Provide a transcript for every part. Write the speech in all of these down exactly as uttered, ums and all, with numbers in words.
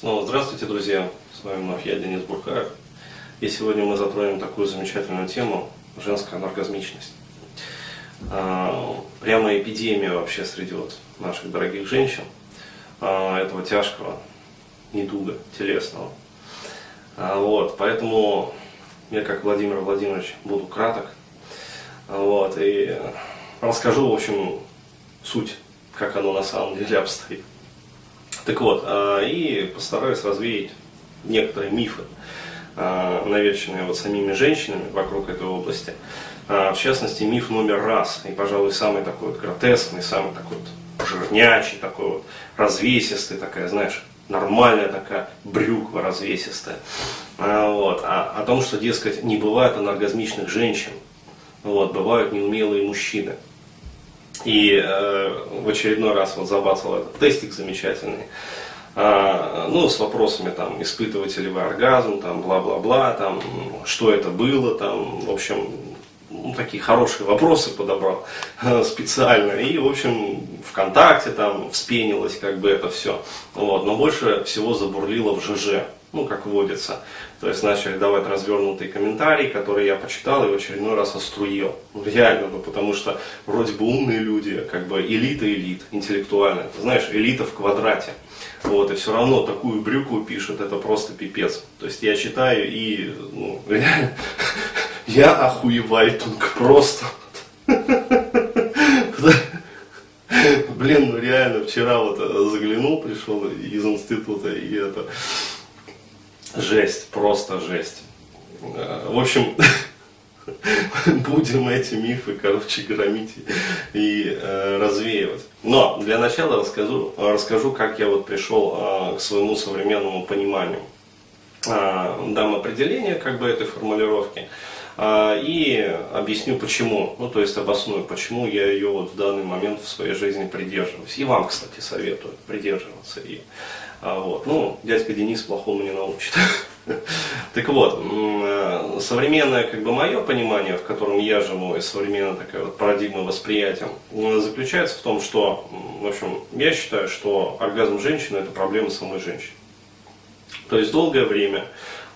Снова здравствуйте, друзья! С вами вновь я, Денис Бурхаев. И сегодня мы затронем такую замечательную тему – женская аноргазмичность. Прямо эпидемия вообще среди вот наших дорогих женщин этого тяжкого недуга телесного. Вот, поэтому я, как Владимир Владимирович, буду краток. Вот, и расскажу, в общем, суть, как оно на самом деле обстоит. Так вот, и постараюсь развеять некоторые мифы, навешенные вот самими женщинами вокруг этой области. В частности, миф номер раз, и, пожалуй, самый такой вот гротескный, самый такой вот жирнячий, такой вот развесистый, такая, знаешь, нормальная такая брюква развесистая. Вот, а, о том, что, дескать, не бывает аноргазмичных женщин, вот, бывают неумелые мужчины. И э, в очередной раз вот забацал этот тестик замечательный, а, ну, с вопросами там, испытываете ли вы оргазм, там, бла-бла-бла, там, что это было, там, в общем, ну, такие хорошие вопросы подобрал э, специально, и, в общем, ВКонтакте там вспенилось как бы это все, вот, но больше всего забурлило в ЖЖ, ну, как водится. То есть начали давать развернутые комментарии, которые я почитал и в очередной раз оструел. Ну, реально, ну, потому что вроде бы умные люди, как бы элита элит, интеллектуальная. Ты знаешь, элита в квадрате. Вот, и все равно такую брюкву пишут, это просто пипец. То есть я читаю и, ну, реально, я охуеваю только просто. Блин, ну реально, вчера вот заглянул, пришел из института, и это... Жесть, просто жесть. В общем, будем эти мифы, короче, громить и э, развеивать. Но для начала расскажу, расскажу, как я вот пришел э, к своему современному пониманию. Э, дам определение как бы этой формулировки э, и объясню почему. Ну, то есть обосную, почему я ее вот в данный момент в своей жизни придерживаюсь. И вам, кстати, советую придерживаться ее. А вот, ну, дядька Денис плохому не научит. Так вот, современное как бы мое понимание, в котором я живу, и современная такая вот парадигма восприятия, заключается в том, что, в общем, я считаю, что оргазм женщины – это проблема самой женщины. То есть долгое время,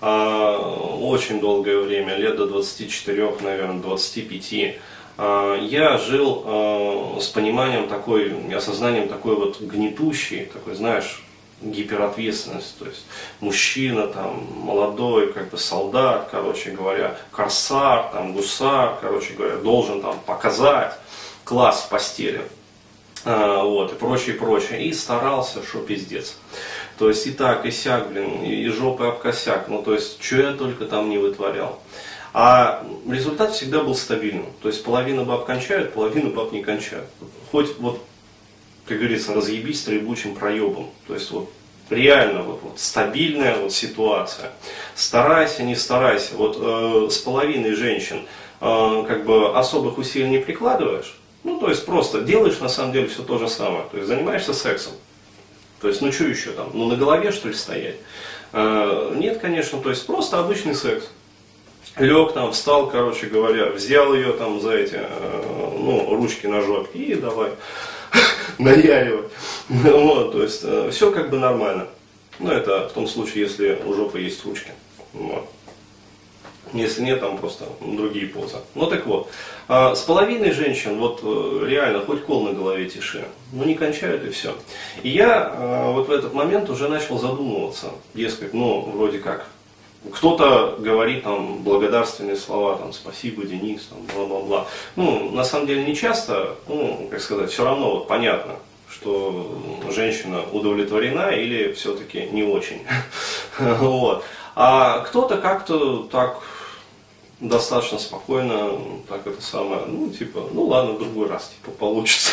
очень долгое время, лет до двадцати четырёх, наверное, двадцати пяти, я жил с пониманием такой, осознанием такой вот гнетущей, такой, знаешь, гиперответственность, то есть мужчина там молодой, как бы солдат, короче говоря, корсар, там гусар, короче говоря, должен там показать класс в постели, а, вот, и прочее, прочее, и старался, что пиздец. То есть и так, и сяк, блин, и жопой об косяк, ну то есть, что я только там не вытворял. А результат всегда был стабильным, то есть половина баб кончают, половина баб не кончают. Хоть вот, как говорится, разъебись требучим проебом. То есть вот реально вот, вот, стабильная вот ситуация. Старайся, не старайся. Вот э, с половиной женщин э, как бы особых усилий не прикладываешь. Ну, то есть просто делаешь на самом деле все то же самое. То есть занимаешься сексом. То есть, ну что еще там? Ну на голове что ли стоять? Э, нет, конечно, то есть просто обычный секс. Лег там, встал, короче говоря, взял ее там за эти, э, ну, ручки на жопе и давай наяривать. Вот, то есть э, все как бы нормально. Но это в том случае, если у жопы есть ручки. Вот. Если нет, там просто другие позы. Ну так вот, э, с половиной женщин вот э, реально хоть кол на голове тиши. Ну не кончают и все. И я э, вот в этот момент уже начал задумываться. Дескать, ну вроде как. Кто-то говорит там благодарственные слова, там, спасибо, Денис, там, бла-бла-бла. Ну, на самом деле не часто, ну, как сказать, все равно вот понятно, что женщина удовлетворена или все-таки не очень. Вот. А кто-то как-то так достаточно спокойно, так это самое, ну, типа, ну ладно, в другой раз, типа, получится.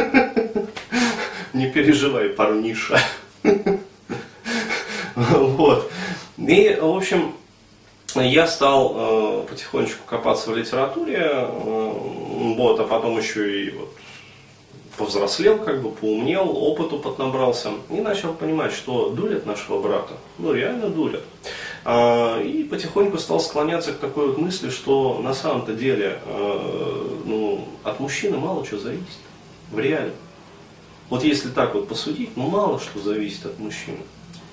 Не переживай, парниша. Вот. И, в общем, я стал э, потихонечку копаться в литературе, э, вот, а потом еще и вот, повзрослел, как бы поумнел, опыту поднабрался и начал понимать, что дурят нашего брата, ну реально дурят. А, и потихоньку стал склоняться к такой вот мысли, что на самом-то деле э, ну, от мужчины мало чего зависит, в реале. Вот если так вот посудить, ну мало что зависит от мужчины.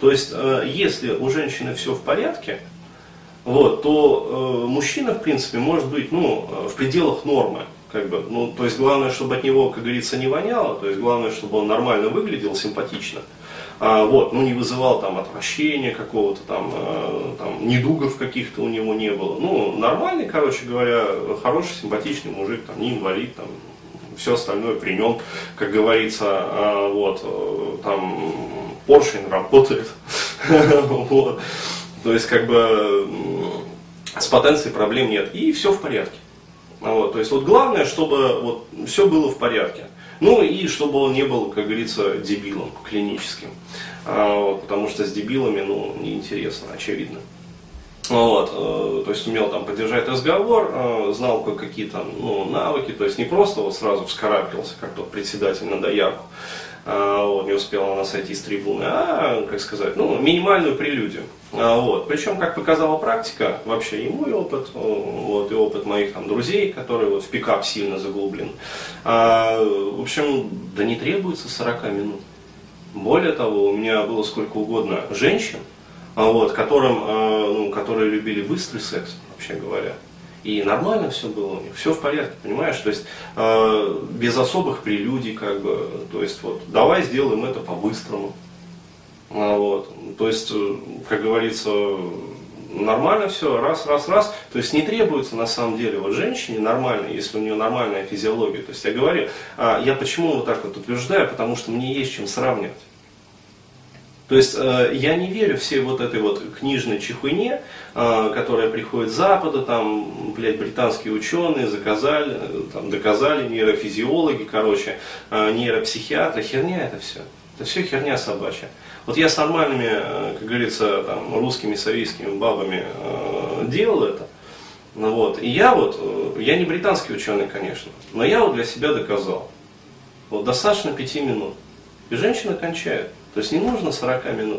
То есть, э, если у женщины все в порядке, вот, то э, мужчина, в принципе, может быть, ну, в пределах нормы. Как бы, ну, то есть главное, чтобы от него, как говорится, не воняло, то есть главное, чтобы он нормально выглядел, симпатично. А, вот, ну, не вызывал там отвращения какого-то, там, э, там, недугов каких-то у него не было. Ну, нормальный, короче говоря, хороший, симпатичный мужик, там, не инвалид, там, все остальное при нем, как говорится, а, вот, там, поршень работает, вот, то есть, как бы, с потенцией проблем нет, и все в порядке. Вот, то есть вот главное, чтобы вот все было в порядке. Ну и чтобы он не был, как говорится, дебилом клиническим. А, вот, потому что с дебилами, ну, неинтересно, очевидно. Вот, э, то есть умел там поддержать разговор, э, знал кое-какие там, ну, навыки, то есть не просто вот сразу вскарабкался, как тот председатель на доярку, э, вот, не успела она сойти с трибуны, а, как сказать, ну, минимальную прелюдию. А, вот, причем, как показала практика, вообще и мой опыт, вот, и опыт моих там друзей, которые вот в пикап сильно заглублены, а, в общем, да не требуется сорок минут. Более того, у меня было сколько угодно женщин, вот, которым, ну, которые любили быстрый секс, вообще говоря. И нормально все было у них, все в порядке, понимаешь? То есть э, без особых прелюдий, как бы, то есть вот, давай сделаем это по-быстрому. Вот, то есть, как говорится, нормально все, раз, раз, раз. То есть не требуется на самом деле вот женщине нормально, если у нее нормальная физиология. То есть я говорю, я почему вот так вот утверждаю, потому что мне есть чем сравнивать. То есть э, я не верю всей вот этой вот книжной чехуйне, э, которая приходит с Запада, там, блядь, британские ученые заказали, там, доказали, нейрофизиологи, короче, э, нейропсихиатры, херня это все. Это все херня собачья. Вот я с нормальными, э, как говорится, там, русскими, советскими бабами э, делал это. Ну, вот. И я вот, э, я не британский ученый, конечно, но я вот для себя доказал. Вот достаточно пяти минут. И женщина кончает. То есть не нужно сорок минут.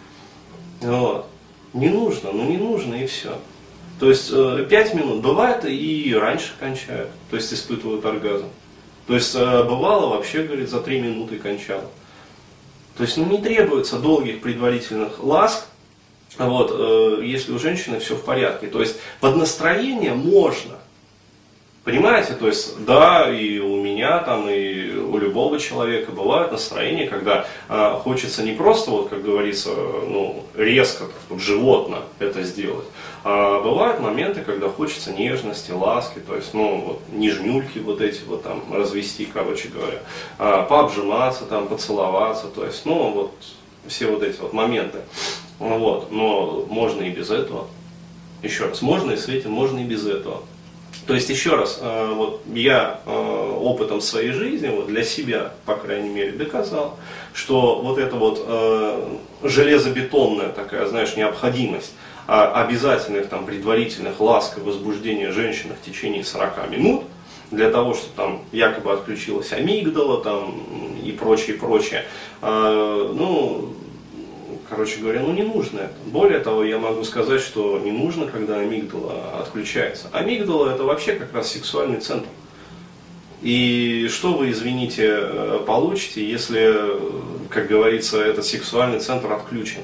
Вот. Не нужно, ну не нужно и все. То есть пять минут бывает и раньше кончают, то есть испытывают оргазм. То есть бывало вообще, говорит, за три минуты кончало. То есть ну, не требуется долгих предварительных ласк, вот, если у женщины все в порядке. То есть под настроение можно. Понимаете, то есть, да, и у меня, там, и у любого человека бывает настроение, когда э, хочется не просто, вот, как говорится, ну, резко, так, вот, животно это сделать, а бывают моменты, когда хочется нежности, ласки, то есть, ну, вот, нежнюльки вот эти вот там развести, короче говоря, э, пообжиматься, там, поцеловаться, то есть, ну, вот, все вот эти вот моменты, вот, но можно и без этого, еще раз, можно и с этим, можно и без этого. То есть, еще раз, вот, я опытом своей жизни, вот, для себя, по крайней мере, доказал, что вот эта вот э, железобетонная такая, знаешь, необходимость обязательных там, предварительных ласк и возбуждения женщины в течение сорока минут, для того, чтобы там якобы отключилась амигдала там, и прочее, прочее, э, ну, короче говоря, ну не нужно это. Более того, я могу сказать, что не нужно, когда амигдала отключается. Амигдала это вообще как раз сексуальный центр. И что вы, извините, получите, если, как говорится, этот сексуальный центр отключен?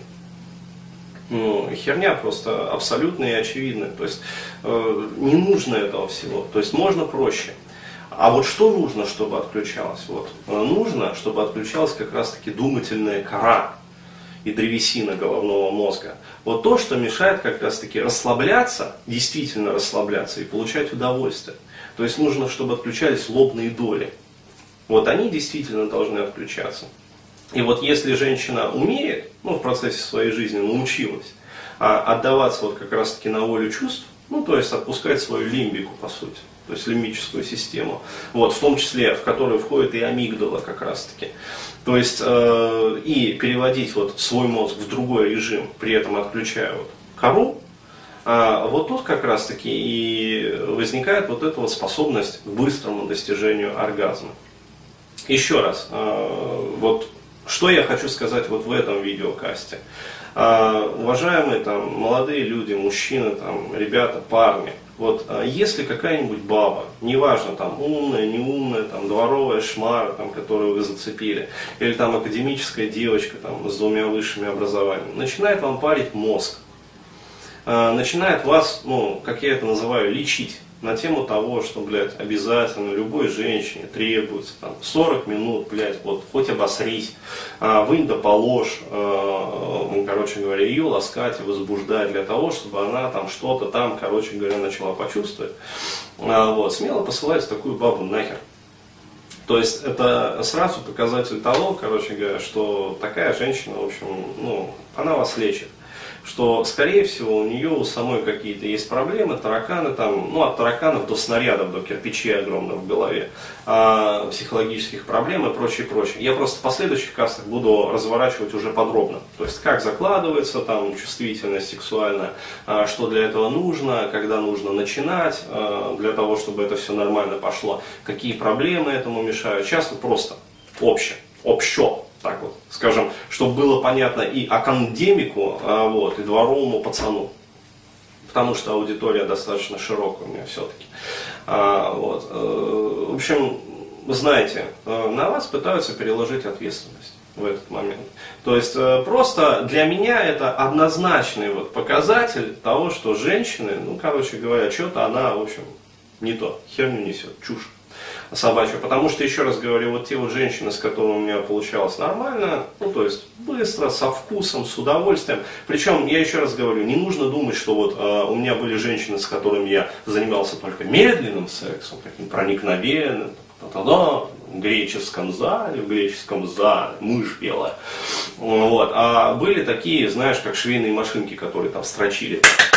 Ну, херня просто абсолютная и очевидная. То есть э, не нужно этого всего. То есть можно проще. А вот что нужно, чтобы отключалось? Вот. Нужно, чтобы отключалась как раз-таки думательная кора и древесина головного мозга. Вот то, что мешает как раз таки расслабляться, действительно расслабляться и получать удовольствие. То есть нужно, чтобы отключались лобные доли. Вот они действительно должны отключаться. И вот если женщина умеет, ну в процессе своей жизни научилась а, отдаваться вот как раз таки на волю чувств, ну то есть отпускать свою лимбику по сути, то есть лимбическую систему, вот, в том числе в которую входит и амигдала как раз таки. То есть э, и переводить вот свой мозг в другой режим, при этом отключая вот кору, э, вот тут как раз таки и возникает вот эта вот способность к быстрому достижению оргазма. Еще раз, э, вот что я хочу сказать вот в этом видеокасте. Э, уважаемые там молодые люди, мужчины, там, ребята, парни, вот если какая-нибудь баба, неважно, там умная, неумная, там дворовая шмара, там, которую вы зацепили, или там академическая девочка там, с двумя высшими образованиями, начинает вам парить мозг, начинает вас, ну, как я это называю, лечить на тему того, что, блядь, обязательно любой женщине требуется там, сорок минут, блядь, вот, хоть обосрись, а, вынь да положь, а, короче говоря, ее ласкать и возбуждать для того, чтобы она там что-то там, короче говоря, начала почувствовать. А, вот, смело посылать такую бабу нахер. То есть это сразу показатель того, короче говоря, что такая женщина, в общем, ну, она вас лечит. Что, скорее всего, у нее у самой какие-то есть проблемы, тараканы там, ну, от тараканов до снарядов, до кирпичей огромных в голове, а, психологических проблем и прочее, прочее. Я просто в последующих кастах буду разворачивать уже подробно. То есть, как закладывается там чувствительность сексуальная, а, что для этого нужно, когда нужно начинать, а, для того, чтобы это все нормально пошло, какие проблемы этому мешают. Часто просто общее, общо. Так вот, скажем, чтобы было понятно и академику, а, вот, и дворовому пацану. Потому что аудитория достаточно широкая у меня все-таки. А, вот, э, в общем, знаете, э, на вас пытаются переложить ответственность в этот момент. То есть э, просто для меня это однозначный вот показатель того, что женщины, ну, короче говоря, что-то она, в общем, не то, херню несет, чушь собачью. Потому что, еще раз говорю, вот те вот женщины, с которыми у меня получалось нормально, ну, то есть быстро, со вкусом, с удовольствием. Причем, я еще раз говорю, не нужно думать, что вот э, у меня были женщины, с которыми я занимался только медленным сексом, таким проникновенным, та-та-да, в греческом зале, в греческом зале, мышь белая. Вот. А были такие, знаешь, как швейные машинки, которые там строчили.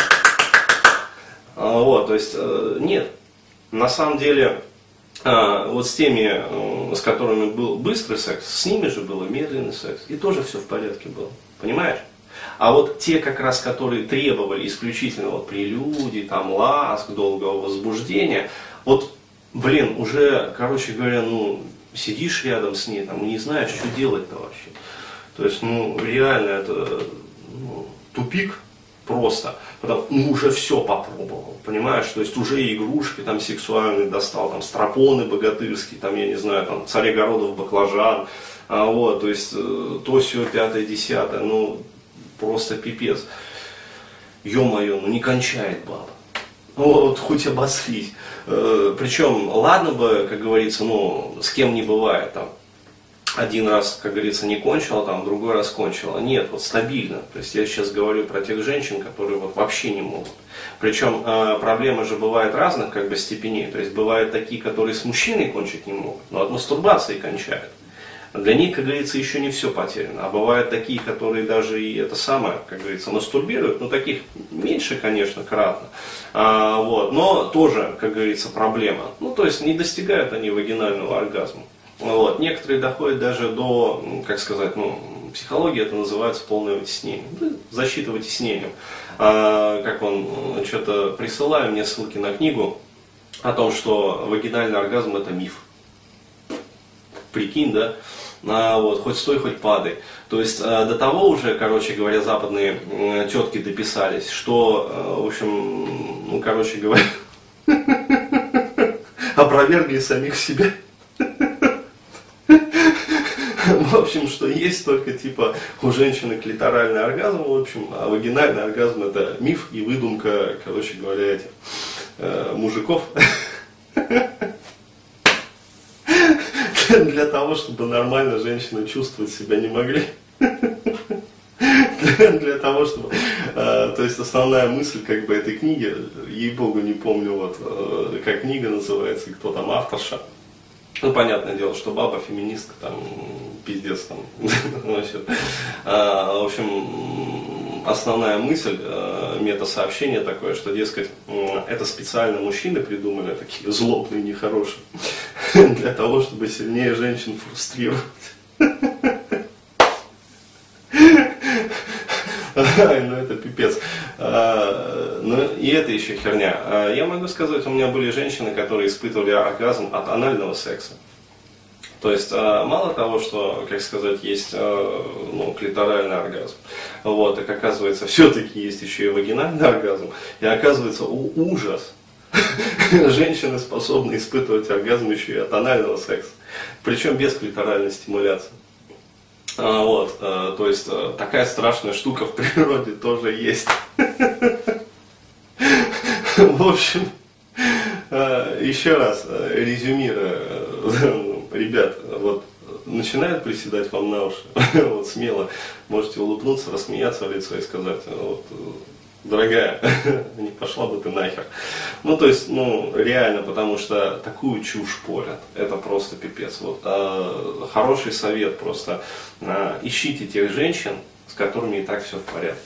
Вот, то есть, э, нет, на самом деле... А, вот с теми, с которыми был быстрый секс, с ними же был медленный секс. И тоже все в порядке было. Понимаешь? А вот те, как раз, которые требовали исключительно вот прелюдий, там, ласк, долгого возбуждения, вот, блин, уже, короче говоря, ну, сидишь рядом с ней, там, не знаешь, что делать-то вообще. То есть, ну, реально, это ну, тупик. Просто, потому ну, уже все попробовал, понимаешь, то есть уже игрушки там сексуальные достал, там стропоны богатырские, там, я не знаю, там царегородов баклажан, а, вот, то есть то, сё, пятое, десятое, ну, просто пипец. Ё-моё, ну не кончает баба. Ну вот хоть обосрись. Э, причем, ладно бы, как говорится, ну, с кем не бывает там. Один раз, как говорится, не кончила, там, другой раз кончила. Нет, вот стабильно. То есть я сейчас говорю про тех женщин, которые вот вообще не могут. Причем э, проблемы же бывают разных как бы степеней. То есть бывают такие, которые с мужчиной кончить не могут, но от мастурбации кончают. Для них, как говорится, еще не все потеряно. А бывают такие, которые даже и это самое, как говорится, мастурбируют. Но таких меньше, конечно, кратно. А, вот, но тоже, как говорится, проблема. Ну, то есть не достигают они вагинального оргазма. Вот. Некоторые доходят даже до, как сказать, ну, психология это называется полное вытеснение. Защита вытеснением. А, как он что-то присылает мне ссылки на книгу о том, что вагинальный оргазм это миф. Прикинь, да? А, вот, хоть стой, хоть падай. То есть а, до того уже, короче говоря, западные а, тетки дописались, что, а, в общем, ну, короче говоря, опровергли самих себя. В общем, что есть только типа у женщины клиторальный оргазм, в общем, а вагинальный оргазм это миф и выдумка, короче говоря, этих э, мужиков. Для того, чтобы нормально женщины чувствовать себя не могли. Для того, чтобы... Э, то есть основная мысль как бы этой книги, ей-богу не помню, вот, э, как книга называется, и кто там авторша. Ну, понятное дело, что баба, феминистка, там, пиздец, там, а, в общем, основная мысль, мета-сообщение такое, что, дескать, это специально мужчины придумали, такие злобные, нехорошие, для того, чтобы сильнее женщин фрустрировать. Ай, ну это пипец. А, ну и это еще херня. А, я могу сказать, у меня были женщины, которые испытывали оргазм от анального секса. То есть а, мало того, что, как сказать, есть а, ну, клиторальный оргазм, вот, так оказывается, все-таки есть еще и вагинальный оргазм. И оказывается, у, ужас. женщины способны испытывать оргазм еще и от анального секса, причем без клиторальной стимуляции. А, вот, а, то есть а, такая страшная штука в природе тоже есть. В общем, а, еще раз, резюмируя, ребят, вот начинает приседать вам на уши, вот смело можете улыбнуться, рассмеяться в лицо и сказать, вот, дорогая, не пошла бы ты нахер. Ну, то есть, ну, реально, потому что такую чушь порят, это просто пипец. Вот, а, хороший совет просто, а, ищите тех женщин, с которыми и так все в порядке.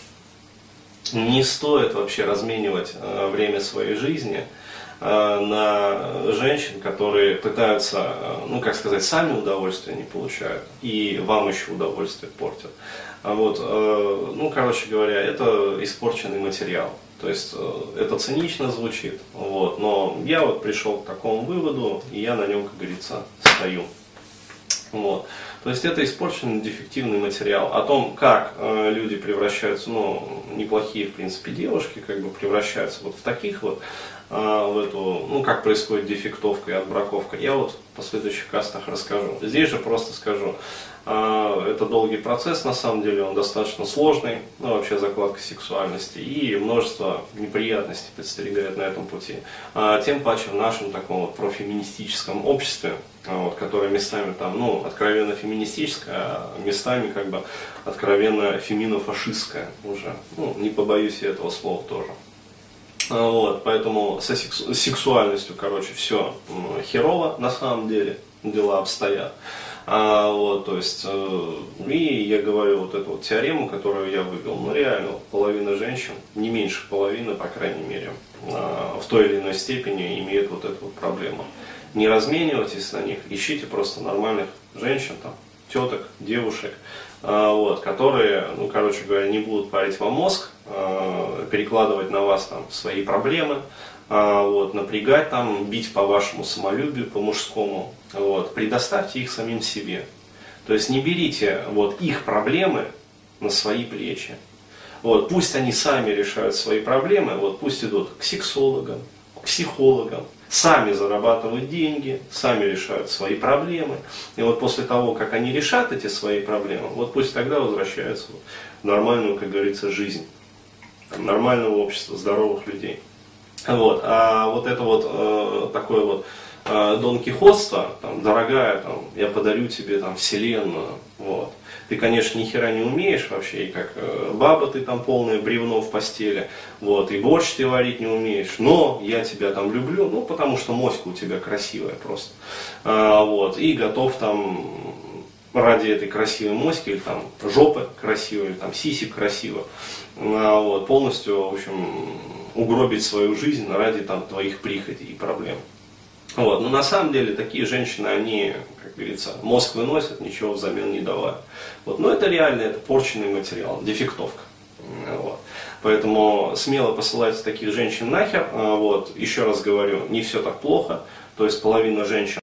Не стоит вообще разменивать а, время своей жизни а, на женщин, которые пытаются, а, ну, как сказать, сами удовольствия не получают, и вам еще удовольствие портят. А вот, э, ну, короче говоря, это испорченный материал. То есть э, это цинично звучит, вот, но я вот пришел к такому выводу, и я на нем, как говорится, стою. Вот. То есть это испорченный, дефективный материал. О том, как э, люди превращаются, ну, неплохие, в принципе, девушки, как бы превращаются вот в таких вот, э, в эту, ну, как происходит дефектовка и отбраковка, я вот в последующих кастах расскажу. Здесь же просто скажу. Это долгий процесс, на самом деле, он достаточно сложный, ну, вообще закладка сексуальности, и множество неприятностей подстерегает на этом пути. Тем паче в нашем таком вот профеминистическом обществе, вот, которое местами там, ну, откровенно феминистическое, а местами как бы откровенно феминофашистское уже, ну, не побоюсь я этого слова тоже. Вот, поэтому со сексу- сексуальностью, короче, все херово на самом деле, дела обстоят. А, вот, то есть, э, и я говорю вот эту вот теорему, которую я вывел, ну реально, половина женщин, не меньше половины, по крайней мере, э, в той или иной степени имеют вот эту вот проблему. Не разменивайтесь на них, ищите просто нормальных женщин, там, теток, девушек, э, вот, которые, ну, короче говоря, не будут парить вам мозг, э, перекладывать на вас там свои проблемы, вот, напрягать там, бить по вашему самолюбию, по мужскому, вот, предоставьте их самим себе. То есть не берите вот, их проблемы на свои плечи. Вот, пусть они сами решают свои проблемы, вот, пусть идут к сексологам, к психологам, сами зарабатывают деньги, сами решают свои проблемы. И вот после того, как они решат эти свои проблемы, вот пусть тогда возвращаются в нормальную, как говорится, жизнь, нормального общества, здоровых людей. Вот, а вот это вот э, такое вот э, донкихотство, там, дорогая, там, я подарю тебе там вселенную, вот. Ты, конечно, ни хера не умеешь вообще, и как э, баба ты там полное бревно в постели, вот, и борщ ты варить не умеешь, но я тебя там люблю, ну, потому что моська у тебя красивая просто, а, вот, и готов там ради этой красивой моськи, или там жопы красивой, или там сисек красиво, а, вот, полностью, в общем, угробить свою жизнь ради там, твоих прихотей и проблем. Вот. Но на самом деле такие женщины, они, как говорится, мозг выносят, ничего взамен не давая. Вот. Но это реально, это порченный материал, дефектовка. Вот. Поэтому смело посылайте таких женщин нахер. Вот. Еще раз говорю, не все так плохо. То есть половина женщин